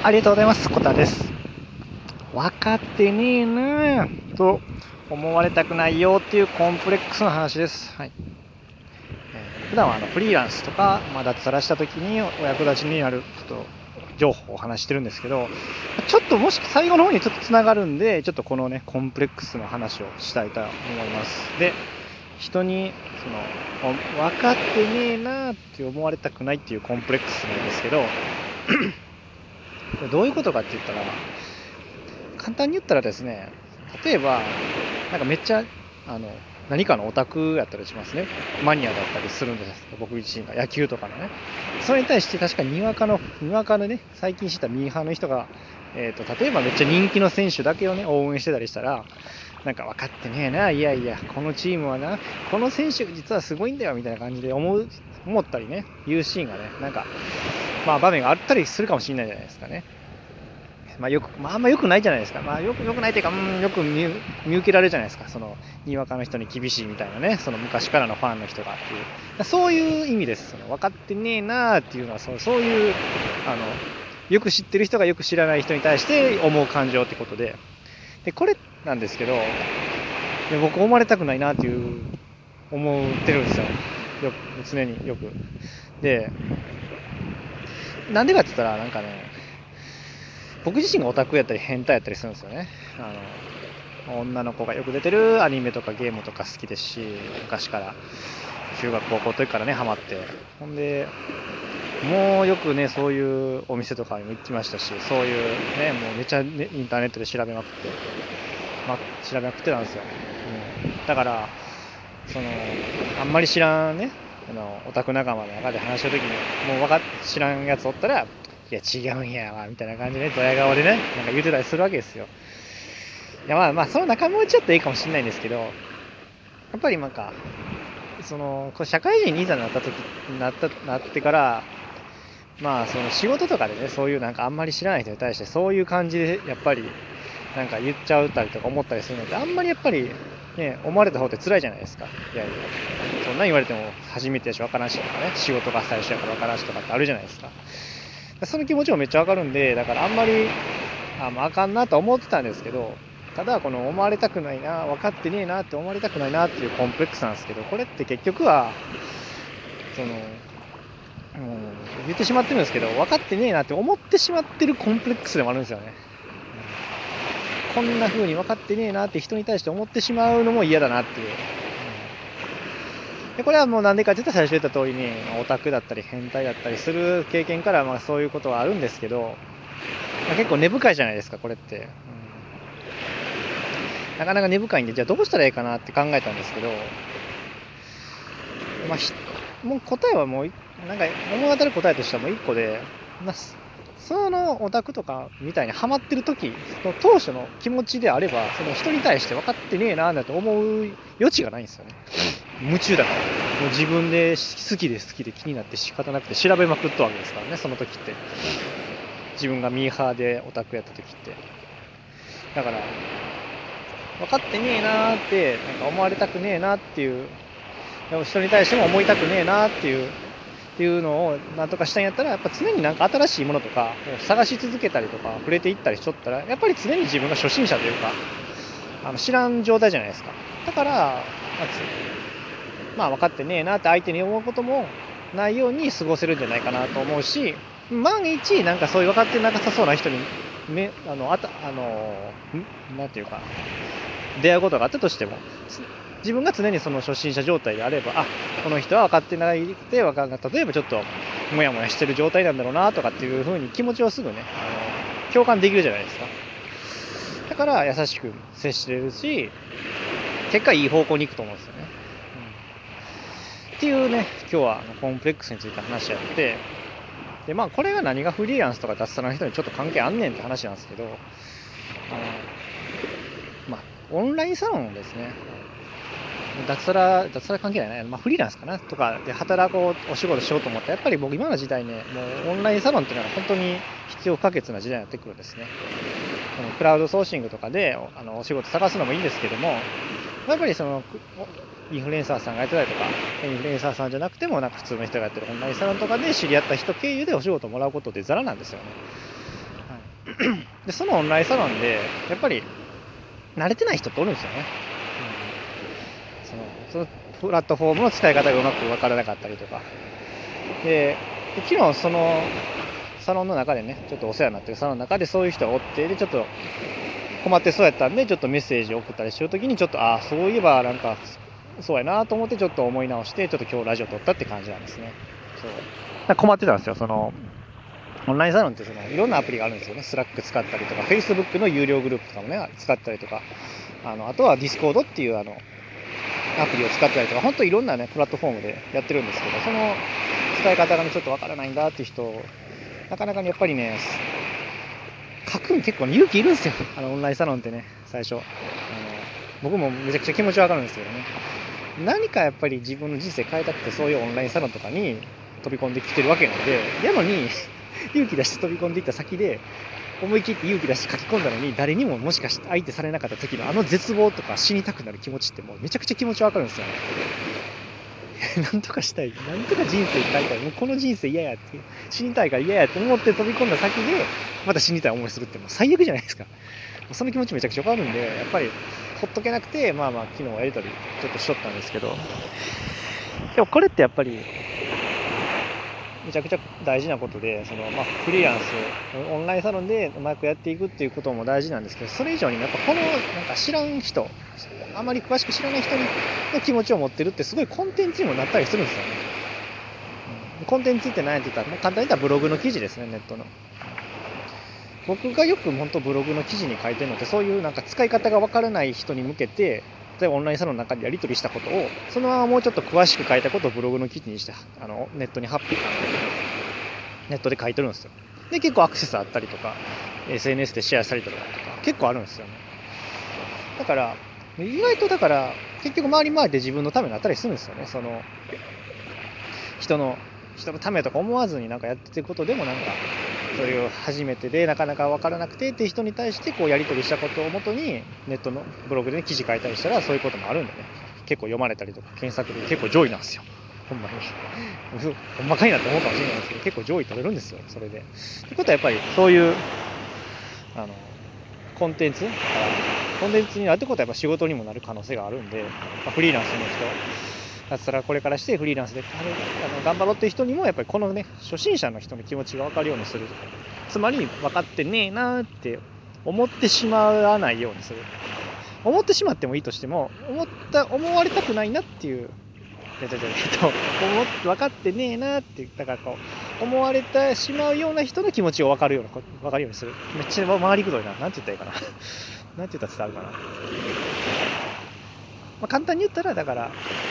ありがとうございます。コタです。分かってねえなぁと思われたくないよっていうコンプレックスの話です。はい。普段はフリーランスとか、脱サラした時にお役立ちになる情報を話してるんですけど、ちょっともし最後の方にちょっとつながるんで、ちょっとこのね、コンプレックスの話をしたいと思います。で、人に分かってねえなって思われたくないっていうコンプレックスなんですけど、これどういうことかって言ったら、簡単に言ったらですね、例えば、なんかめっちゃ、何かのオタクやったりしますね。マニアだったりするんです。僕自身が野球とかのね。それに対して確かにわかのね、最近知ったミーハーの人が、例えばめっちゃ人気の選手だけをね、応援してたりしたら、なんか分かってねえな、いやいや、このチームはな、この選手が実はすごいんだよ、みたいな感じで思ったりね、言うシーンがね、なんか、場面があったりするかもしれないじゃないですかね。あんま良くないじゃないですか。良くないというか、よく見受けられるじゃないですか。にわかの人に厳しいみたいなね、昔からのファンの人がっていう。そういう意味です。分かってねえなーっていうのは、そういう、よく知ってる人がよく知らない人に対して思う感情ってことで、これなんですけど、僕思われたくないなっていう、思ってるんですよ。常によく。で、なんでかって言ったら、なんかね、僕自身がオタクやったり変態やったりするんですよね。女の子がよく出てるアニメとかゲームとか好きですし、昔から中学高校の時からねハマって、ほんでもうよくねそういうお店とかにも行きましたし、そういうねもうめちゃ、ね、インターネットで調べまくってたんですよ。だからあんまり知らんねオタク仲間の中で話した時にもう知らんやつおったら、いや違うんやわみたいな感じでドヤ顔でねなんか言ってたりするわけですよ。いやその仲間内ちょっといいかもしれないんですけど、やっぱり社会人にいざなってから、仕事とかでねそういうなんかあんまり知らない人に対してそういう感じでやっぱりなんか言っちゃうたりとか思ったりするのってあんまりやっぱりね思われた方って辛いじゃないですか。いやいやそんな言われても初めてやし分からんしとかね、仕事が最初やから分からんしとかってあるじゃないですか。その気持ちもめっちゃ分かるんで、だからあんまりあかんなと思ってたんですけど、ただこの思われたくないな、分かってねえなって思われたくないなっていうコンプレックスなんですけど、これって結局は言ってしまってるんですけど、分かってねえなって思ってしまってるコンプレックスでもあるんですよね。こんな風に分かってねえなって人に対して思ってしまうのも嫌だなっていう。でこれはもうなんでかって言ったら最初言った通りにオタクだったり変態だったりする経験からそういうことはあるんですけど、結構根深いじゃないですかこれって、なかなか根深いんで、じゃあどうしたらいいかなって考えたんですけど、もう答えはもうなんか物語る答えとしてはもう1個で、そのオタクとかみたいにハマってる時、その当初の気持ちであれば、その人に対して分かってねえなーと思う余地がないんですよね。夢中だから。もう自分で好きで気になって仕方なくて調べまくったわけですからね、その時って。自分がミーハーでオタクやった時って。だから、分かってねえなーって、なんか思われたくねえなっていう、でも人に対しても思いたくねえなっていうのをなんとかしたんやったら、やっぱ常になんか新しいものとかを探し続けたりとか触れていったりしとったら、やっぱり常に自分が初心者というか知らん状態じゃないですか。だから分かってねえなって相手に思うこともないように過ごせるんじゃないかなと思うし、万一なんかそういう分かってなさそうな人になんていうか出会うことがあったとしても、自分が常にその初心者状態であれば、この人は分かってないで例えばちょっとモヤモヤしてる状態なんだろうなとかっていう風に気持ちをすぐね共感できるじゃないですか。だから優しく接してれるし、結果いい方向に行くと思うんですよね。っていうね、今日はコンプレックスについて話し合って、でこれが何がフリーランスとか脱サラの人にちょっと関係あんねんって話なんですけど、オンラインサロンですね。脱サラ関係ないね、フリーランスかなとかで働こうお仕事しようと思ったら、やっぱり僕今の時代ね、もうオンラインサロンっていうのは本当に必要不可欠な時代になってくるんですね。クラウドソーシングとかでお仕事探すのもいいんですけども、やっぱりインフルエンサーさんがやってたりとか、インフルエンサーさんじゃなくてもなんか普通の人がやってるオンラインサロンとかで知り合った人経由でお仕事をもらうことってザラなんですよね。 でそのオンラインサロンでやっぱり慣れてない人っておるんですよね、そのプラットフォームの使い方がうまく分からなかったりとかで、昨日そのサロンの中でね、ちょっとお世話になってるサロンの中でそういう人がおって、でちょっと困ってそうやったんで、ちょっとメッセージを送ったりするときにちょっとそういえばなんかそうやなと思ってちょっと思い直して、ちょっと今日ラジオ撮ったって感じなんですね。そう困ってたんですよ。そのオンラインサロンっていろんなアプリがあるんですよね。スラック使ったりとか、Facebook の有料グループとかもね使ったりとか、あとは Discord っていうアプリを使ったりとか、本当いろんなねプラットフォームでやってるんですけど、その使い方がねちょっとわからないんだっていう人、なかなかねやっぱりね書くの結構勇気いるんですよ。オンラインサロンってね、最初僕もめちゃくちゃ気持ちわかるんですけどね、何かやっぱり自分の人生変えたくてそういうオンラインサロンとかに飛び込んできてるわけなんで、やのに勇気出して飛び込んでいった先で思い切って勇気出して書き込んだのに、誰にももしかして相手されなかった時の絶望とか死にたくなる気持ちってもうめちゃくちゃ気持ちわかるんですよね。なんとかしたい、なんとか人生変えたい、もうこの人生嫌やって、死にたいから嫌やって思って飛び込んだ先でまた死にたい思いするってもう最悪じゃないですか。その気持ちめちゃくちゃわかるんで、やっぱりほっとけなくて、昨日やりとりちょっとしとったんですけど、でもこれってやっぱりめちゃくちゃ大事なことで、フリーランスオンラインサロンでうまくやっていくっていうことも大事なんですけど、それ以上にやっぱこのなんか知らん人、あまり詳しく知らない人の気持ちを持ってるってすごいコンテンツにもなったりするんですよね。コンテンツって何やって言ったら、簡単に言ったらブログの記事ですね、ネットの。僕がよく本当ブログの記事に書いてるのって、そういうなんか使い方がわからない人に向けて、例えばオンラインサロンの中でやり取りしたことをそのままもうちょっと詳しく書いたことをブログの記事にしてネットにネットで書いてるんですよ。で結構アクセスあったりとか SNS でシェアしたりとか結構あるんですよね。だから意外と結局回り回って自分のためになったりするんですよね。その人のためとか思わずになんかやってることでも、なんかそういう初めてでなかなか分からなくてって人に対してこうやり取りしたことをもとにネットのブログで、ね、記事書いたりしたら、そういうこともあるんでね、結構読まれたりとか検索で結構上位なんですよ。ほんまにほんまかいなって思うかもしれないですけど、結構上位取れるんですよ、それで。ってことはやっぱりそういうコンテンツになるってことはやっぱ仕事にもなる可能性があるんで、フリーランスの人だったらこれからしてフリーランスで頑張ろうっていう人にもやっぱりこのね初心者の人の気持ちが分かるようにする。つまり分かってねえなって思ってしまわないようにする。思ってしまってもいいとしても思われたくないなっていう分かってねえなって、だからこう思われてしまうような人の気持ちを分かるようにする。めっちゃ回りくどいな。なんて言ったらいいかななんて言ったら伝わるかな。簡単に言ったら、だから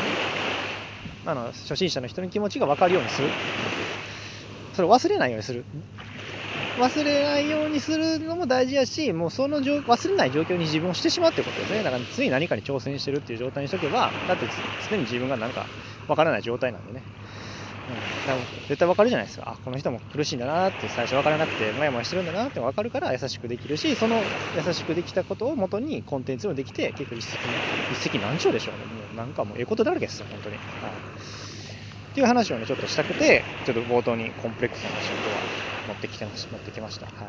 初心者の人の気持ちが分かるようにする。それを忘れないようにする。忘れないようにするのも大事やし、もう忘れない状況に自分をしてしまうってことですね。だから常に何かに挑戦してるっていう状態にしとけば、だって常に自分がなんか分からない状態なんでね。だから絶対分かるじゃないですか。この人も苦しいんだなって最初分からなくてモヤモヤしてるんだなって分かるから優しくできるし、その優しくできたことを元にコンテンツもできて、結構一石何鳥でしょうね。もうなんかもうことだらけですよ本当に。っていう話をねちょっとしたくて、ちょっと冒頭にコンプレックスの話を今日は持ってきました。い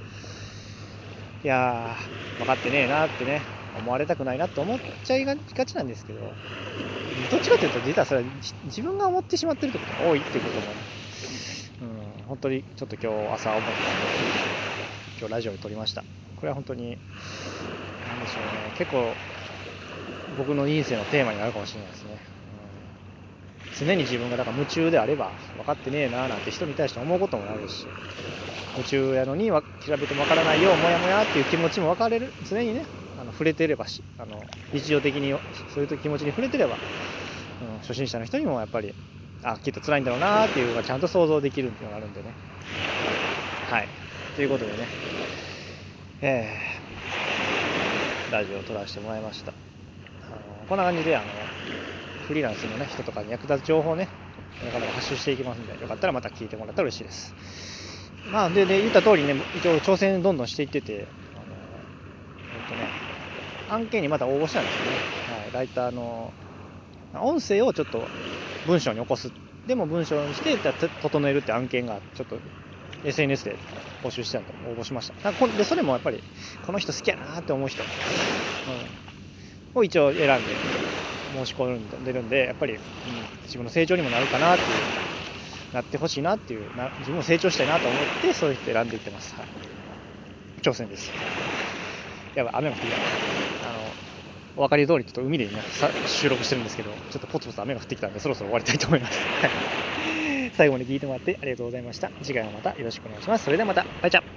やー、分かってねえなってね思われたくないなって思っちゃいがちなんですけど、どっちかというと実はそれは自分が思ってしまってるってことが多いっていうことも、本当にちょっと今日朝思ったので、今日ラジオを撮りました。これは本当に何でしょうね、結構僕の人生のテーマになるかもしれないですね。常に自分がだから夢中であれば分かってねえななんて人に対して思うこともあるし、夢中やのに調べても分からないよモヤモヤっていう気持ちも分かれる。常にね触れてれば日常的にそういう気持ちに触れてれば、初心者の人にもやっぱりきっと辛いんだろうなっていうのがちゃんと想像できるっていうのがあるんでね。ということでね、ラジオを撮らせてもらいました。こんな感じでフリーランスの、人とかに役立つ情報をね発信していきますので、よかったらまた聞いてもらったら嬉しいです。で言った通りね、一応挑戦どんどんしていってて、案件にまた応募したんですよね。ライターの音声をちょっと文章に起こす、でも文章にして整えるって案件がちょっと SNS で募集してたんで応募しました。でそれもやっぱりこの人好きやなって思う人、を一応選んで申し込んでるんで、やっぱり、自分の成長にもなるかなっていう、なってほしいなっていう、自分も成長したいなと思ってそういう人選んでいってます。はい、挑戦です。やばい、雨が降ってきた。お分かり通りちょっと海で今収録してるんですけど、ちょっとポツポツ雨が降ってきたんでそろそろ終わりたいと思います。最後まで聞いてもらってありがとうございました。次回はまたよろしくお願いします。それではまた、バイチャ。